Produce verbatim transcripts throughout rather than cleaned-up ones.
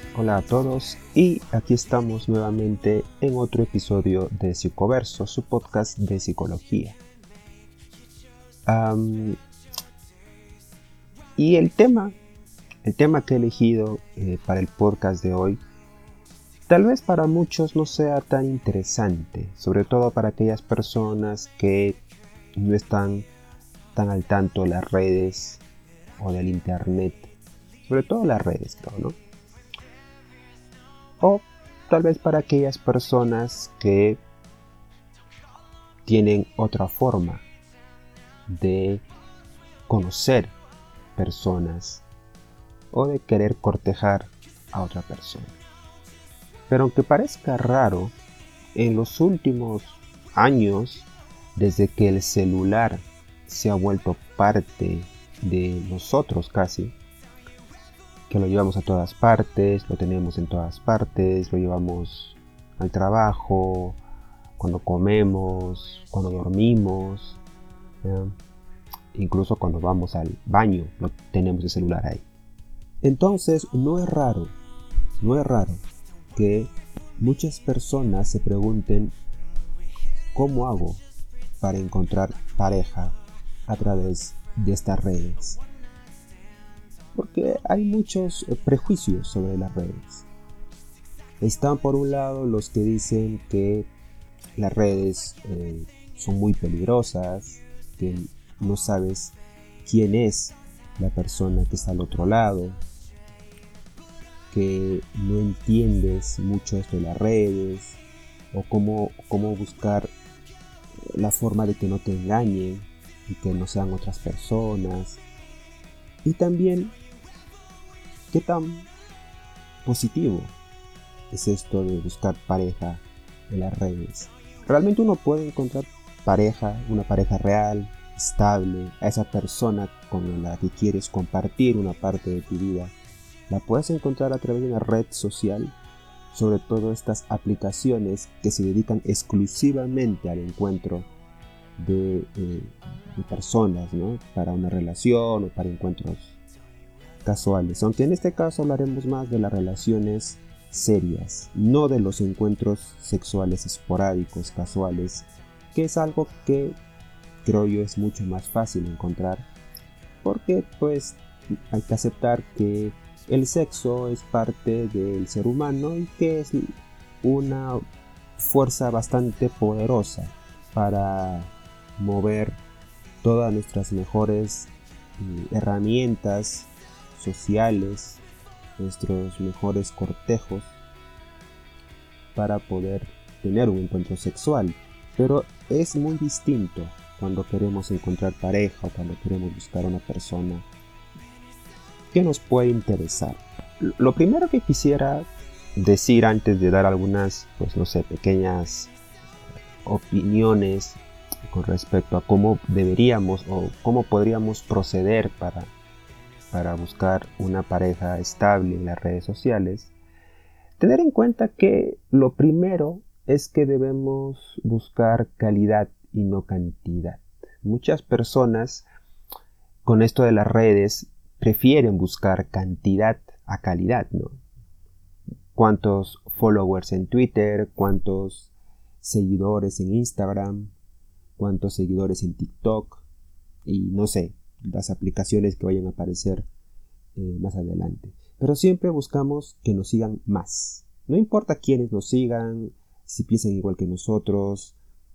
Hola a todos y aquí estamos nuevamente en otro episodio de Psicoverso, su podcast de psicología. Um, y el tema, el tema que he elegido eh, para el podcast de hoy, tal vez para muchos no sea tan interesante, sobre todo para aquellas personas que no están tan al tanto de las redes o del internet, sobre todo las redes, creo, ¿no? O tal vez para aquellas personas que tienen otra forma de conocer personas o de querer cortejar a otra persona. Pero aunque parezca raro, en los últimos años, desde que el celular se ha vuelto parte de nosotros casi, que lo llevamos a todas partes, lo tenemos en todas partes, lo llevamos al trabajo, cuando comemos, cuando dormimos, ¿ya? Incluso cuando vamos al baño, lo tenemos el celular ahí. Entonces, no es raro, no es raro que muchas personas se pregunten ¿cómo hago para encontrar pareja a través de estas redes? Porque hay muchos prejuicios sobre las redes. Están por un lado los que dicen que las redes eh, son muy peligrosas, que no sabes quién es la persona que está al otro lado, que no entiendes mucho esto de las redes o cómo, cómo buscar la forma de que no te engañen y que no sean otras personas. Y también qué tan positivo es esto de buscar pareja en las redes. Realmente uno puede encontrar pareja, una pareja real, estable, a esa persona con la que quieres compartir una parte de tu vida. La puedes encontrar a través de una red social, sobre todo estas aplicaciones que se dedican exclusivamente al encuentro de, eh, de personas, ¿no? Para una relación o para encuentros casuales, aunque en este caso hablaremos más de las relaciones serias, no de los encuentros sexuales esporádicos, casuales, que es algo que creo yo es mucho más fácil encontrar, porque pues hay que aceptar que el sexo es parte del ser humano y que es una fuerza bastante poderosa para mover todas nuestras mejores eh, herramientas sociales, nuestros mejores cortejos para poder tener un encuentro sexual. Pero es muy distinto cuando queremos encontrar pareja o cuando queremos buscar una persona que nos puede interesar. Lo primero que quisiera decir antes de dar algunas, pues no sé, pequeñas opiniones con respecto a cómo deberíamos o cómo podríamos proceder para para buscar una pareja estable en las redes sociales, tener en cuenta que lo primero es que debemos buscar calidad y no cantidad. Muchas personas con esto de las redes prefieren buscar cantidad a calidad, ¿no? Cuántos followers en Twitter, cuántos seguidores en Instagram, cuántos seguidores en TikTok y no sé, las aplicaciones que vayan a aparecer eh, más adelante. Pero siempre buscamos que nos sigan más. No importa quiénes nos sigan, si piensan igual que nosotros,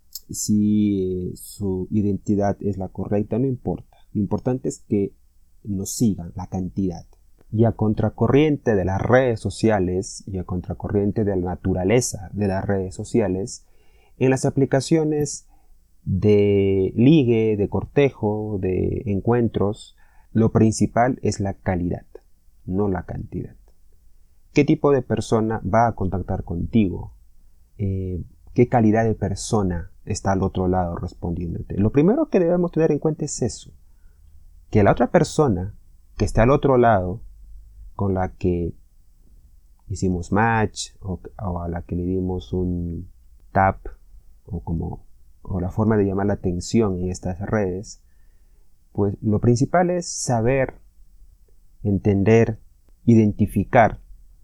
si eh, su identidad es la correcta, no importa. Lo importante es que nos sigan, la cantidad. Y a contracorriente de las redes sociales y a contracorriente de la naturaleza de las redes sociales, en las aplicaciones de ligue, de cortejo, de encuentros, lo principal es la calidad, no la cantidad. ¿Qué tipo de persona va a contactar contigo? Eh, ¿Qué calidad de persona está al otro lado respondiéndote? Lo primero que debemos tener en cuenta es eso, que la otra persona que está al otro lado, con la que hicimos match o, o a la que le dimos un tap o como o la forma de llamar la atención en estas redes, pues lo principal es saber, entender, identificar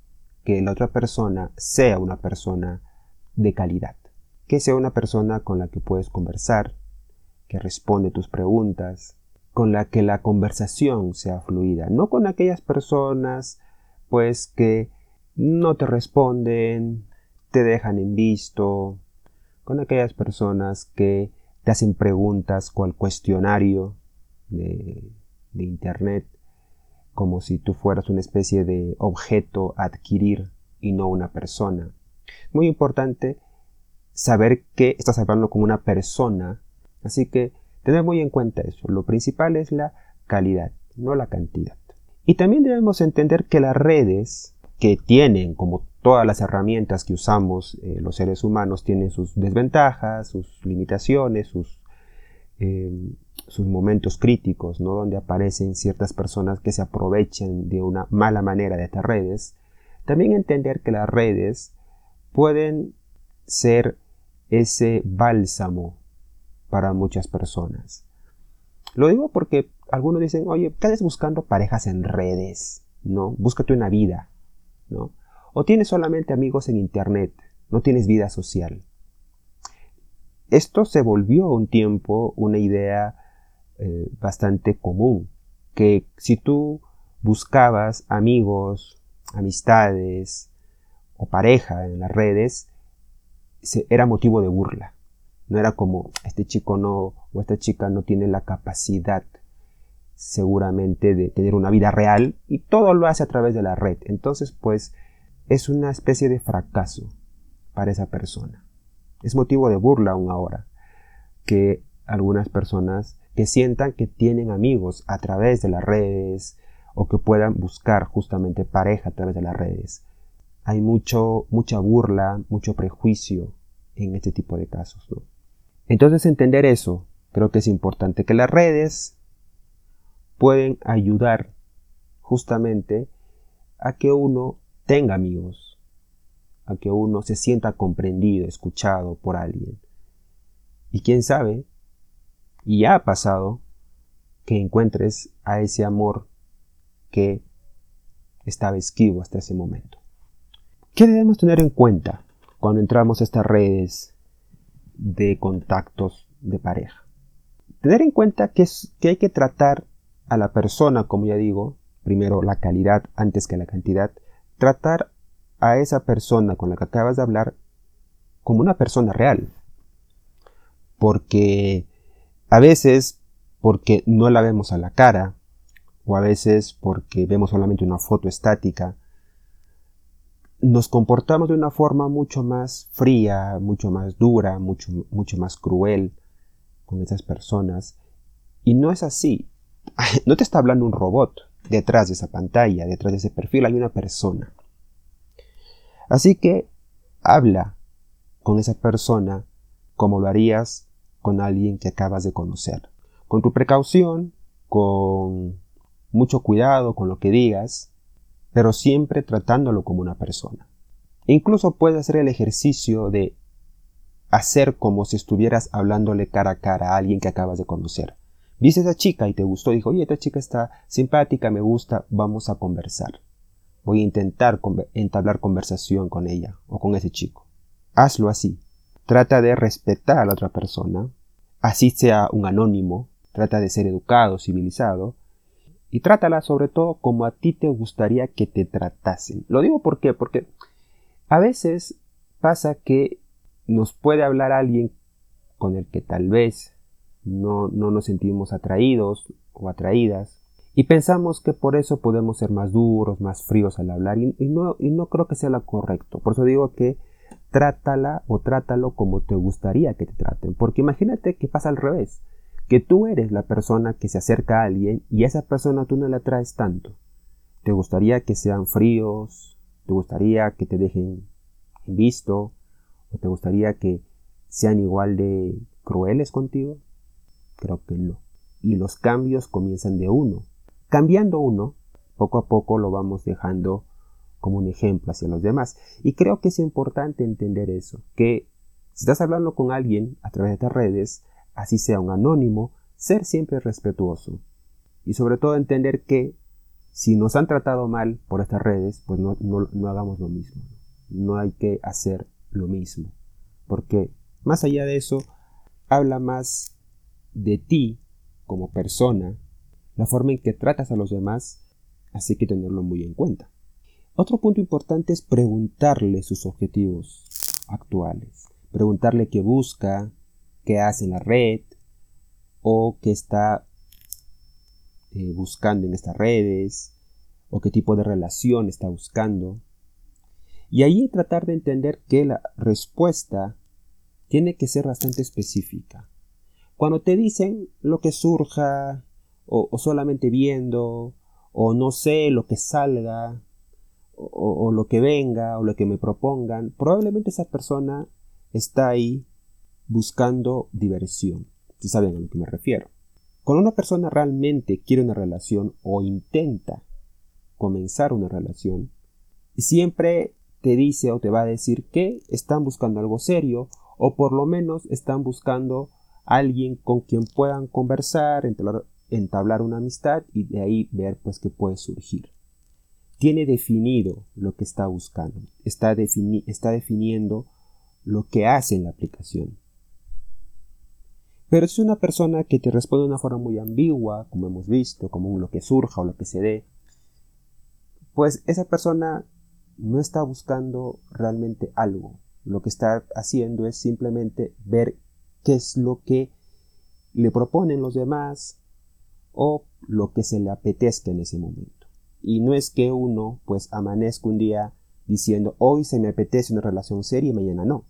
que la otra persona sea una persona de calidad, que sea una persona con la que puedes conversar, que responde tus preguntas, con la que la conversación sea fluida, no con aquellas personas pues que no te responden, te dejan en visto, con aquellas personas que te hacen preguntas cual cuestionario de, de internet, como si tú fueras una especie de objeto a adquirir y no una persona. Muy importante saber que estás hablando con una persona, así que tener muy en cuenta eso. Lo principal es la calidad, no la cantidad. Y también debemos entender que las redes, que tienen, como todas las herramientas que usamos eh, los seres humanos, tienen sus desventajas, sus limitaciones, sus, eh, sus momentos críticos, ¿no? Donde aparecen ciertas personas que se aprovechan de una mala manera de estas redes. También entender que las redes pueden ser ese bálsamo para muchas personas. Lo digo porque algunos dicen, oye, ¿qué haces buscando parejas en redes? ¿No? Búscate una vida, ¿no? O tienes solamente amigos en internet, no tienes vida social. Esto se volvió un tiempo una idea eh, bastante común, que si tú buscabas amigos, amistades o pareja en las redes, se, era motivo de burla. No era como, este chico no, o esta chica no tiene la capacidad seguramente de tener una vida real y todo lo hace a través de la red. Entonces, pues, es una especie de fracaso para esa persona. Es motivo de burla aún ahora que algunas personas que sientan que tienen amigos a través de las redes o que puedan buscar justamente pareja a través de las redes. Hay mucho, mucha burla, mucho prejuicio en este tipo de casos, ¿no? Entonces, entender eso, creo que es importante, que las redes pueden ayudar justamente a que uno tenga amigos, a que uno se sienta comprendido, escuchado por alguien. Y quién sabe, y ya ha pasado, que encuentres a ese amor que estaba esquivo hasta ese momento. ¿Qué debemos tener en cuenta cuando entramos a estas redes de contactos de pareja? Tener en cuenta que, es, que hay que tratar a la persona, como ya digo, primero la calidad antes que la cantidad, tratar a esa persona con la que acabas de hablar como una persona real. Porque a veces, porque no la vemos a la cara, o a veces porque vemos solamente una foto estática, nos comportamos de una forma mucho más fría, mucho más dura, mucho, mucho más cruel con esas personas. Y no es así. No te está hablando un robot. Detrás de esa pantalla, detrás de ese perfil hay una persona. Así que habla con esa persona como lo harías con alguien que acabas de conocer. Con tu precaución, con mucho cuidado con lo que digas, pero siempre tratándolo como una persona. Incluso puedes hacer el ejercicio de hacer como si estuvieras hablándole cara a cara a alguien que acabas de conocer. Viste a esa chica y te gustó, dijo, oye, esta chica está simpática, me gusta, vamos a conversar. Voy a intentar entablar conversación con ella o con ese chico. Hazlo así. Trata de respetar a la otra persona, así sea un anónimo, trata de ser educado, civilizado, y trátala sobre todo como a ti te gustaría que te tratasen. Lo digo ¿por qué? Porque a veces pasa que nos puede hablar alguien con el que tal vez no, no nos sentimos atraídos o atraídas y pensamos que por eso podemos ser más duros, más fríos al hablar y, y, no, y no creo que sea lo correcto. Por eso digo que trátala o trátalo como te gustaría que te traten. Porque imagínate que pasa al revés. Que tú eres la persona que se acerca a alguien y a esa persona tú no la atraes tanto. ¿Te gustaría que sean fríos? ¿Te gustaría que te dejen en visto? ¿O te gustaría que sean igual de crueles contigo? Creo que no. Y los cambios comienzan de uno. Cambiando uno, poco a poco lo vamos dejando como un ejemplo hacia los demás. Y creo que es importante entender eso. Que si estás hablando con alguien a través de estas redes, así sea un anónimo, ser siempre respetuoso. Y sobre todo entender que Si nos han tratado mal por estas redes, pues no, no, no hagamos lo mismo. No hay que hacer lo mismo. Porque más allá de eso, habla más de ti como persona, la forma en que tratas a los demás, así que tenerlo muy en cuenta. Otro punto importante es preguntarle sus objetivos actuales. Preguntarle qué busca, qué hace en la red o qué está eh, buscando en estas redes o qué tipo de relación está buscando. Y ahí tratar de entender que la respuesta tiene que ser bastante específica. Cuando te dicen lo que surja o, o solamente viendo o no sé lo que salga o, o lo que venga o lo que me propongan, probablemente esa persona está ahí buscando diversión. Si saben a lo que me refiero. Cuando una persona realmente quiere una relación o intenta comenzar una relación, siempre te dice o te va a decir que están buscando algo serio o por lo menos están buscando a alguien con quien puedan conversar, entablar, entablar una amistad y de ahí ver pues qué puede surgir. Tiene definido lo que está buscando, está, defini- está definiendo lo que hace en la aplicación. Pero si es una persona que te responde de una forma muy ambigua, como hemos visto, como lo que surja o lo que se dé, pues esa persona no está buscando realmente algo. Lo que está haciendo es simplemente ver qué es lo que le proponen los demás o lo que se le apetezca en ese momento. Y no es que uno pues amanezca un día diciendo hoy se me apetece una relación seria y mañana no.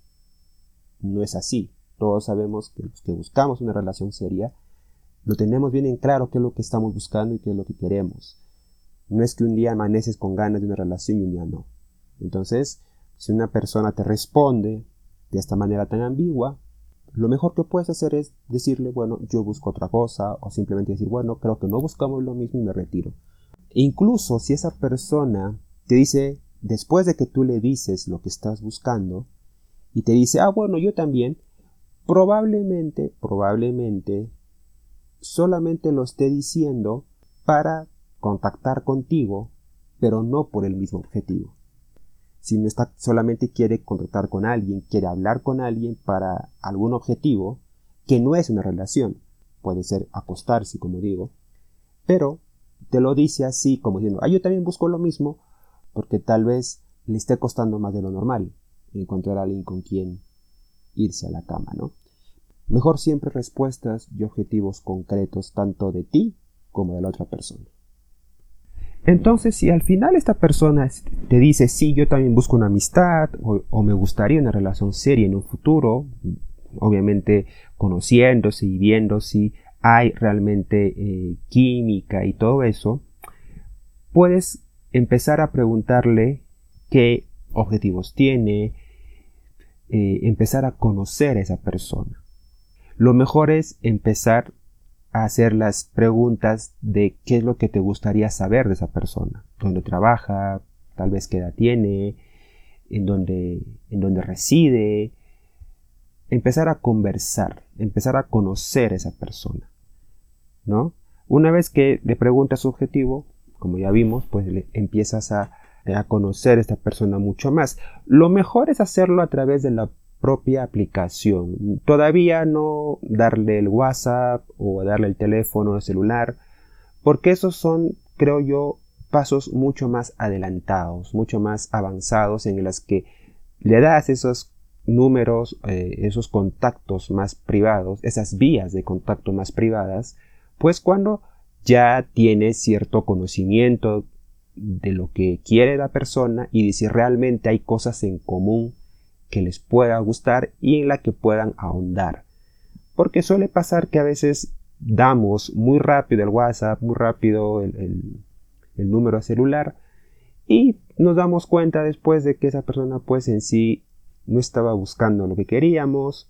No es así. Todos sabemos que los que buscamos una relación seria lo tenemos bien en claro qué es lo que estamos buscando y qué es lo que queremos. No es que un día amaneces con ganas de una relación y un día no. Entonces, si una persona te responde de esta manera tan ambigua, lo mejor que puedes hacer es decirle, bueno, yo busco otra cosa, o simplemente decir, bueno, creo que no buscamos lo mismo y me retiro. E incluso si esa persona te dice, después de que tú le dices lo que estás buscando, y te dice, ah, bueno, yo también, probablemente, probablemente, solamente lo esté diciendo para contactar contigo, pero no por el mismo objetivo. Si no está, solamente quiere contactar con alguien, quiere hablar con alguien para algún objetivo, que no es una relación, puede ser acostarse, como digo, pero te lo dice así, como diciendo, ah, yo también busco lo mismo, porque tal vez le esté costando más de lo normal encontrar a alguien con quien irse a la cama, ¿no? Mejor siempre respuestas y objetivos concretos tanto de ti como de la otra persona. Entonces, si al final esta persona te dice, sí, yo también busco una amistad o, o me gustaría una relación seria en un futuro, obviamente conociéndose y viendo si hay realmente eh, química y todo eso, puedes empezar a preguntarle qué objetivos tiene, eh, empezar a conocer a esa persona. Lo mejor es empezar a hacer las preguntas de qué es lo que te gustaría saber de esa persona, dónde trabaja, tal vez qué edad tiene, en dónde, en dónde reside. Empezar a conversar, empezar a conocer a esa persona, ¿no? Una vez que le preguntas su objetivo, como ya vimos, pues le empiezas a, a conocer a esta persona mucho más. Lo mejor es hacerlo a través de la propia aplicación. Todavía no darle el WhatsApp o darle el teléfono el celular, porque esos son, creo yo, pasos mucho más adelantados, mucho más avanzados en los que le das esos números, eh, esos contactos más privados, esas vías de contacto más privadas, pues cuando ya tienes cierto conocimiento de lo que quiere la persona y de si realmente hay cosas en común que les pueda gustar y en la que puedan ahondar. Porque suele pasar que a veces damos muy rápido el WhatsApp, muy rápido el, el, el número de celular y nos damos cuenta después de que esa persona pues en sí no estaba buscando lo que queríamos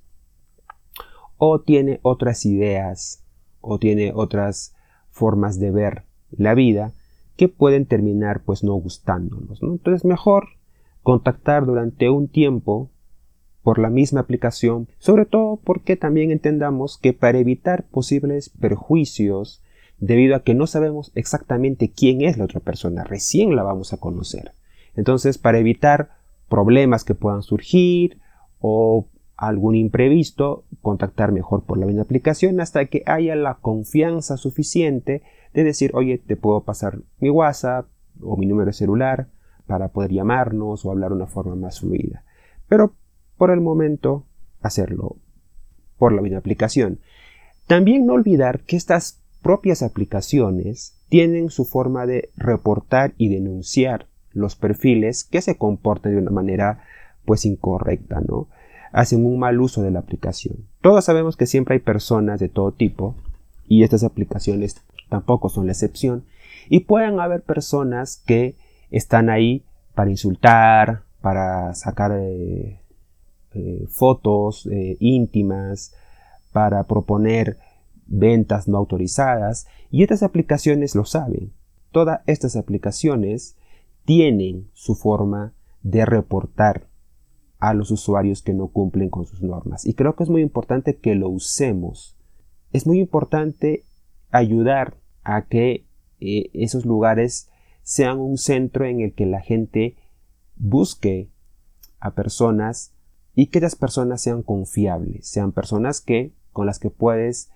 o tiene otras ideas o tiene otras formas de ver la vida que pueden terminar pues no gustándonos, ¿no? Entonces mejor contactar durante un tiempo por la misma aplicación, sobre todo porque también entendamos que para evitar posibles perjuicios debido a que no sabemos exactamente quién es la otra persona, recién la vamos a conocer. Entonces, para evitar problemas que puedan surgir o algún imprevisto, contactar mejor por la misma aplicación hasta que haya la confianza suficiente de decir, oye, te puedo pasar mi WhatsApp o mi número de celular para poder llamarnos o hablar de una forma más fluida. Pero por el momento, hacerlo por la misma aplicación. También no olvidar que estas propias aplicaciones tienen su forma de reportar y denunciar los perfiles que se comportan de una manera pues incorrecta, ¿no? Hacen un mal uso de la aplicación. Todos sabemos que siempre hay personas de todo tipo y estas aplicaciones tampoco son la excepción, y pueden haber personas que están ahí para insultar, para sacar eh, eh, fotos eh, íntimas, para proponer ventas no autorizadas, y estas aplicaciones lo saben. Todas estas aplicaciones tienen su forma de reportar a los usuarios que no cumplen con sus normas, y creo que es muy importante que lo usemos. Es muy importante ayudar a que eh, esos lugares sean un centro en el que la gente busque a personas y que las personas sean confiables, sean personas que, con las que puedes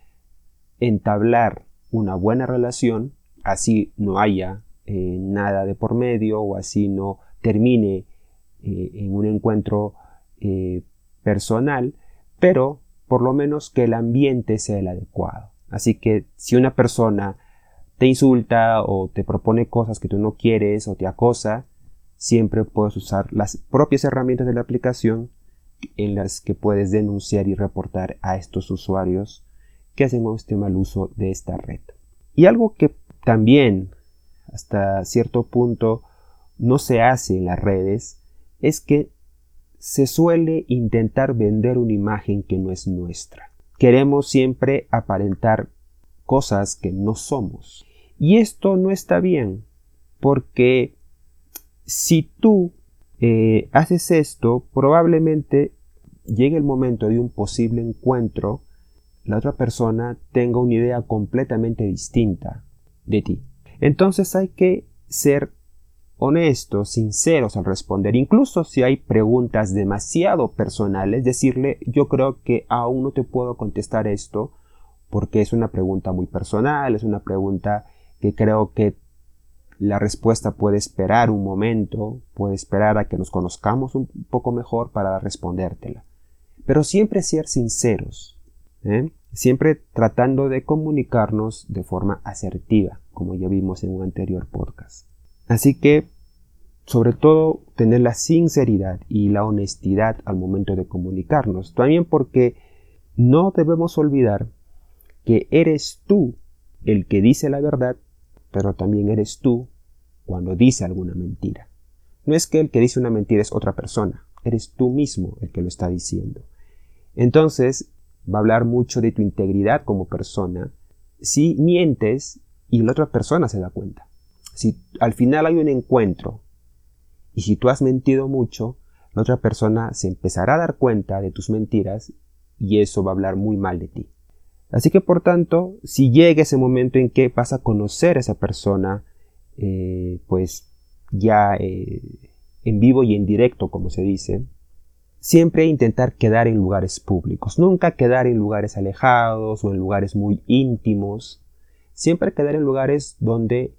entablar una buena relación, así no haya eh, nada de por medio o así no termine eh, en un encuentro eh, personal, pero por lo menos que el ambiente sea el adecuado. Así que si una persona te insulta o te propone cosas que tú no quieres o te acosa, siempre puedes usar las propias herramientas de la aplicación en las que puedes denunciar y reportar a estos usuarios que hacen este mal uso de esta red. Y algo que también hasta cierto punto no se hace en las redes es que se suele intentar vender una imagen que no es nuestra. Queremos siempre aparentar cosas que no somos. Y esto no está bien, porque si tú eh, haces esto, probablemente llegue el momento de un posible encuentro, la otra persona tenga una idea completamente distinta de ti. Entonces hay que ser honestos, sinceros al responder. Incluso si hay preguntas demasiado personales, decirle, yo creo que aún no te puedo contestar esto porque es una pregunta muy personal, es una pregunta que creo que la respuesta puede esperar un momento, puede esperar a que nos conozcamos un poco mejor para respondértela. Pero siempre ser sinceros, ¿eh? Siempre tratando de comunicarnos de forma asertiva, como ya vimos en un anterior podcast. Así que, sobre todo, tener la sinceridad y la honestidad al momento de comunicarnos. También porque no debemos olvidar que eres tú el que dice la verdad, pero también eres tú cuando dice alguna mentira. No es que el que dice una mentira es otra persona, eres tú mismo el que lo está diciendo. Entonces, va a hablar mucho de tu integridad como persona si mientes y la otra persona se da cuenta. Si al final hay un encuentro y si tú has mentido mucho, la otra persona se empezará a dar cuenta de tus mentiras y eso va a hablar muy mal de ti. Así que por tanto, si llega ese momento en que vas a conocer a esa persona, eh, pues ya eh, en vivo y en directo, como se dice, siempre intentar quedar en lugares públicos, nunca quedar en lugares alejados o en lugares muy íntimos, siempre quedar en lugares donde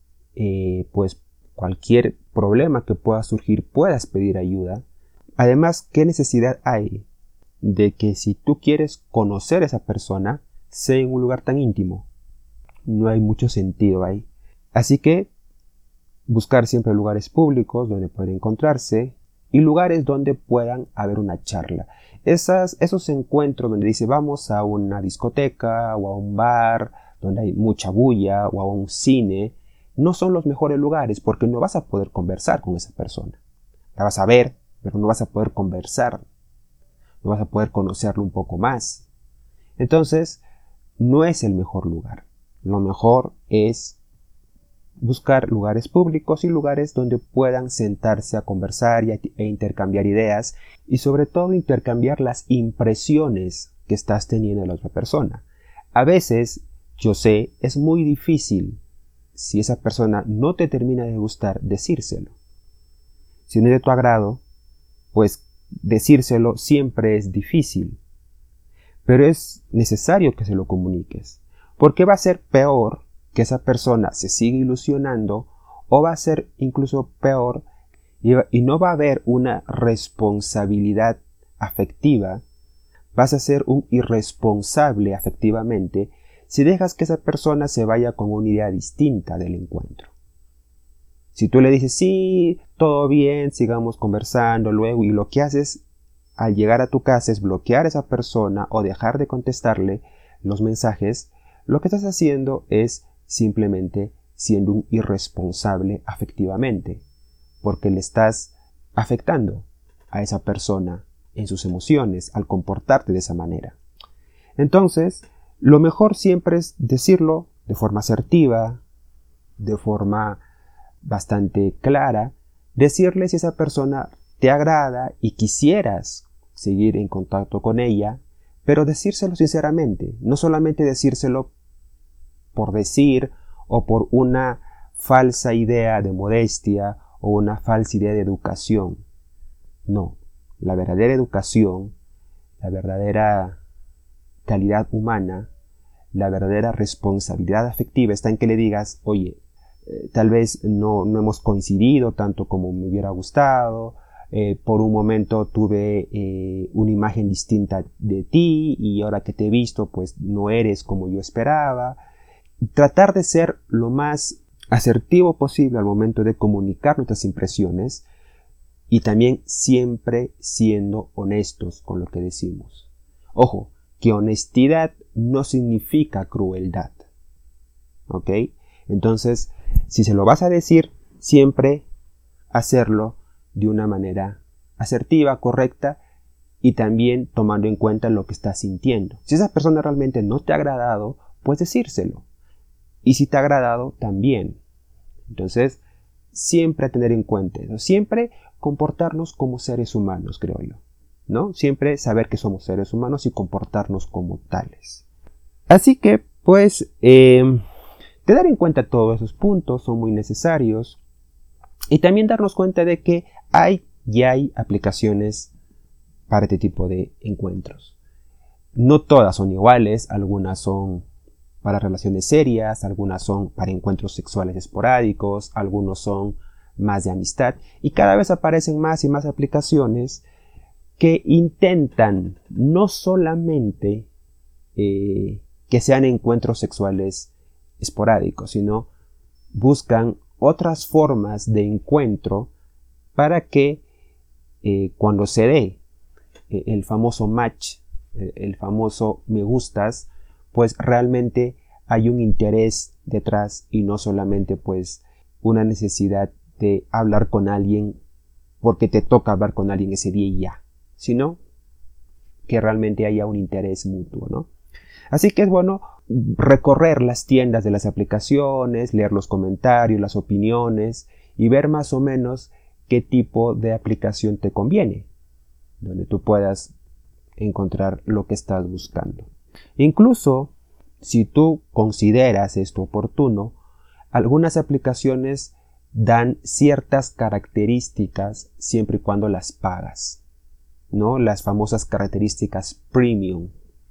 eh, pues cualquier problema que pueda surgir puedas pedir ayuda. Además, ¿qué necesidad hay de que si tú quieres conocer a esa persona sea en un lugar tan íntimo? No hay mucho sentido ahí. Así que buscar siempre lugares públicos donde pueden encontrarse y lugares donde puedan haber una charla. Esas, esos encuentros donde dice vamos a una discoteca o a un bar donde hay mucha bulla o a un cine, no son los mejores lugares porque no vas a poder conversar con esa persona. La vas a ver, pero no vas a poder conversar. No vas a poder conocerlo un poco más. Entonces, no es el mejor lugar. Lo mejor es buscar lugares públicos y lugares donde puedan sentarse a conversar y a, e intercambiar ideas y sobre todo intercambiar las impresiones que estás teniendo de la otra persona. A veces yo sé, es muy difícil, si esa persona no te termina de gustar, decírselo. Si no es de tu agrado, pues decírselo siempre es difícil. Pero es necesario que se lo comuniques, porque va a ser peor que esa persona se siga ilusionando, o va a ser incluso peor y no va a haber una responsabilidad afectiva. Vas a ser un irresponsable afectivamente si dejas que esa persona se vaya con una idea distinta del encuentro. Si tú le dices, sí, todo bien, sigamos conversando luego, y lo que haces al llegar a tu casa es bloquear a esa persona o dejar de contestarle los mensajes, lo que estás haciendo es simplemente siendo un irresponsable afectivamente, porque le estás afectando a esa persona en sus emociones al comportarte de esa manera. Entonces, lo mejor siempre es decirlo de forma asertiva, de forma bastante clara, decirle si esa persona te agrada y quisieras seguir en contacto con ella, pero decírselo sinceramente, no solamente decírselo por decir o por una falsa idea de modestia o una falsa idea de educación. No, la verdadera educación, la verdadera calidad humana, la verdadera responsabilidad afectiva está en que le digas, oye, eh, tal vez no, no hemos coincidido tanto como me hubiera gustado, eh, por un momento tuve eh, una imagen distinta de ti y ahora que te he visto pues no eres como yo esperaba. Tratar de ser lo más asertivo posible al momento de comunicar nuestras impresiones y también siempre siendo honestos con lo que decimos. Ojo, que honestidad no significa crueldad. ¿Ok? Entonces, si se lo vas a decir, siempre hacerlo de una manera asertiva, correcta y también tomando en cuenta lo que estás sintiendo. Si esa persona realmente no te ha agradado, puedes decírselo. Y si te ha agradado, también. Entonces, siempre a tener en cuenta eso. Siempre comportarnos como seres humanos, creo yo, ¿no? Siempre saber que somos seres humanos y comportarnos como tales. Así que, pues, eh, tener en cuenta todos esos puntos son muy necesarios. Y también darnos cuenta de que hay y hay aplicaciones para este tipo de encuentros. No todas son iguales, algunas son para relaciones serias, algunas son para encuentros sexuales esporádicos, algunos son más de amistad, y cada vez aparecen más y más aplicaciones que intentan no solamente eh, que sean encuentros sexuales esporádicos, sino buscan otras formas de encuentro para que eh, cuando se dé eh, el famoso match, eh, el famoso me gustas, pues realmente hay un interés detrás y no solamente pues una necesidad de hablar con alguien porque te toca hablar con alguien ese día y ya, sino que realmente haya un interés mutuo, ¿no? Así que es bueno recorrer las tiendas de las aplicaciones, leer los comentarios, las opiniones y ver más o menos qué tipo de aplicación te conviene, donde tú puedas encontrar lo que estás buscando. Incluso si tú consideras esto oportuno, algunas aplicaciones dan ciertas características siempre y cuando las pagas, ¿no? Las famosas características premium.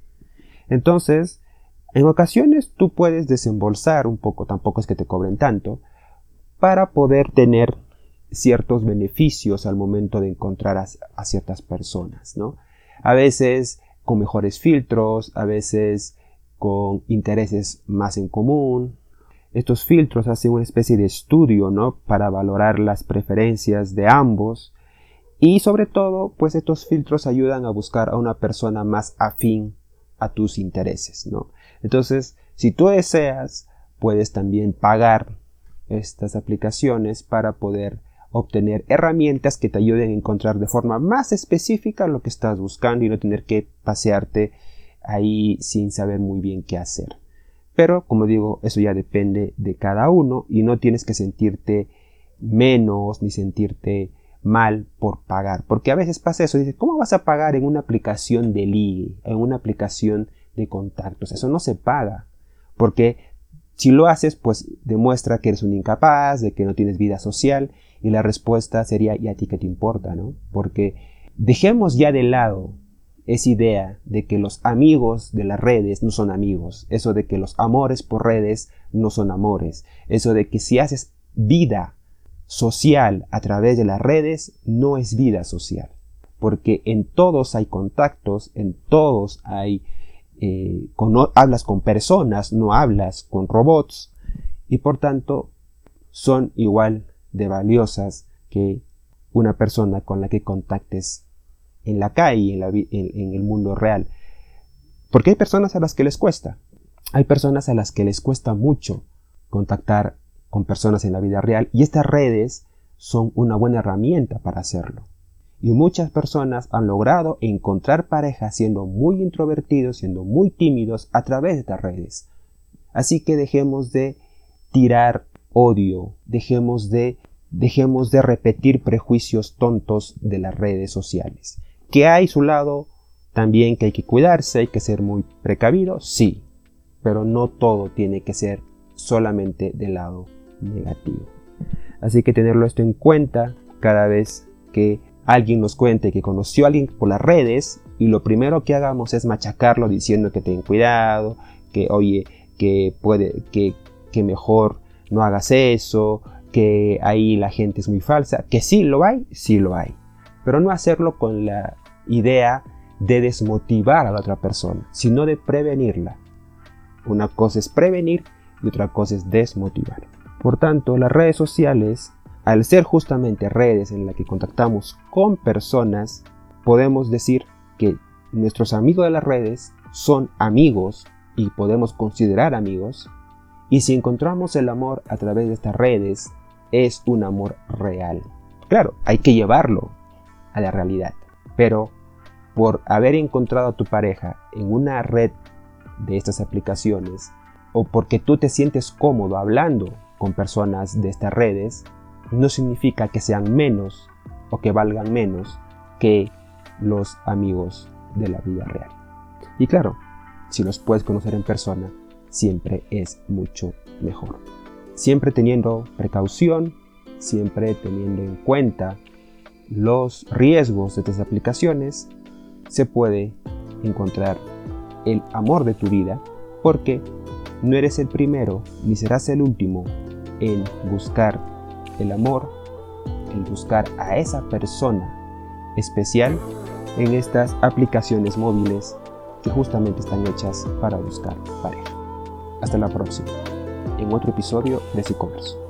Entonces, en ocasiones tú puedes desembolsar un poco, tampoco es que te cobren tanto, para poder tener ciertos beneficios al momento de encontrar a, a ciertas personas, ¿no? A veces con mejores filtros, a veces con intereses más en común. Estos filtros hacen una especie de estudio, ¿no? Para valorar las preferencias de ambos. Y sobre todo, pues estos filtros ayudan a buscar a una persona más afín a tus intereses, ¿no? Entonces, si tú deseas, puedes también pagar estas aplicaciones para poder obtener herramientas que te ayuden a encontrar de forma más específica lo que estás buscando y no tener que pasearte ahí sin saber muy bien qué hacer. Pero, como digo, eso ya depende de cada uno y no tienes que sentirte menos ni sentirte mal por pagar. Porque a veces pasa eso, dices, ¿cómo vas a pagar en una aplicación de ligue, en una aplicación de contactos? Eso no se paga. Porque si lo haces, pues demuestra que eres un incapaz, de que no tienes vida social, y la respuesta sería, ¿y a ti qué te importa, no? Porque dejemos ya de lado esa idea de que los amigos de las redes no son amigos, eso de que los amores por redes no son amores, eso de que si haces vida social a través de las redes, no es vida social, porque en todos hay contactos, en todos hay, eh, con, hablas con personas, no hablas con robots, y por tanto son igual de valiosas que una persona con la que contactes en la calle, en, la, en, en el mundo real. Porque hay personas a las que les cuesta. Hay personas a las que les cuesta mucho contactar con personas en la vida real, y estas redes son una buena herramienta para hacerlo. Y muchas personas han logrado encontrar pareja siendo muy introvertidos, siendo muy tímidos a través de estas redes. Así que dejemos de tirar odio, dejemos de, dejemos de repetir prejuicios tontos de las redes sociales. ¿Que hay su lado también que hay que cuidarse, hay que ser muy precavido? Sí, pero no todo tiene que ser solamente del lado negativo. Así que tenerlo esto en cuenta cada vez que alguien nos cuente que conoció a alguien por las redes, y lo primero que hagamos es machacarlo diciendo que ten cuidado, que oye, que puede, que, que mejor no hagas eso, que ahí la gente es muy falsa, que sí lo hay, sí lo hay, pero no hacerlo con la idea de desmotivar a la otra persona, sino de prevenirla. Una cosa es prevenir y otra cosa es desmotivar. Por tanto, las redes sociales, al ser justamente redes en las que contactamos con personas, podemos decir que nuestros amigos de las redes son amigos y podemos considerar amigos, y si encontramos el amor a través de estas redes, es un amor real. Claro, hay que llevarlo a la realidad, pero por haber encontrado a tu pareja en una red de estas aplicaciones, o porque tú te sientes cómodo hablando con personas de estas redes, no significa que sean menos o que valgan menos que los amigos de la vida real. Y claro, si los puedes conocer en persona, siempre es mucho mejor. Siempre teniendo precaución, siempre teniendo en cuenta los riesgos de estas aplicaciones, se puede encontrar el amor de tu vida, porque no eres el primero ni serás el último en buscar el amor, en buscar a esa persona especial en estas aplicaciones móviles que justamente están hechas para buscar pareja. Hasta la próxima, en otro episodio de Psicoverso.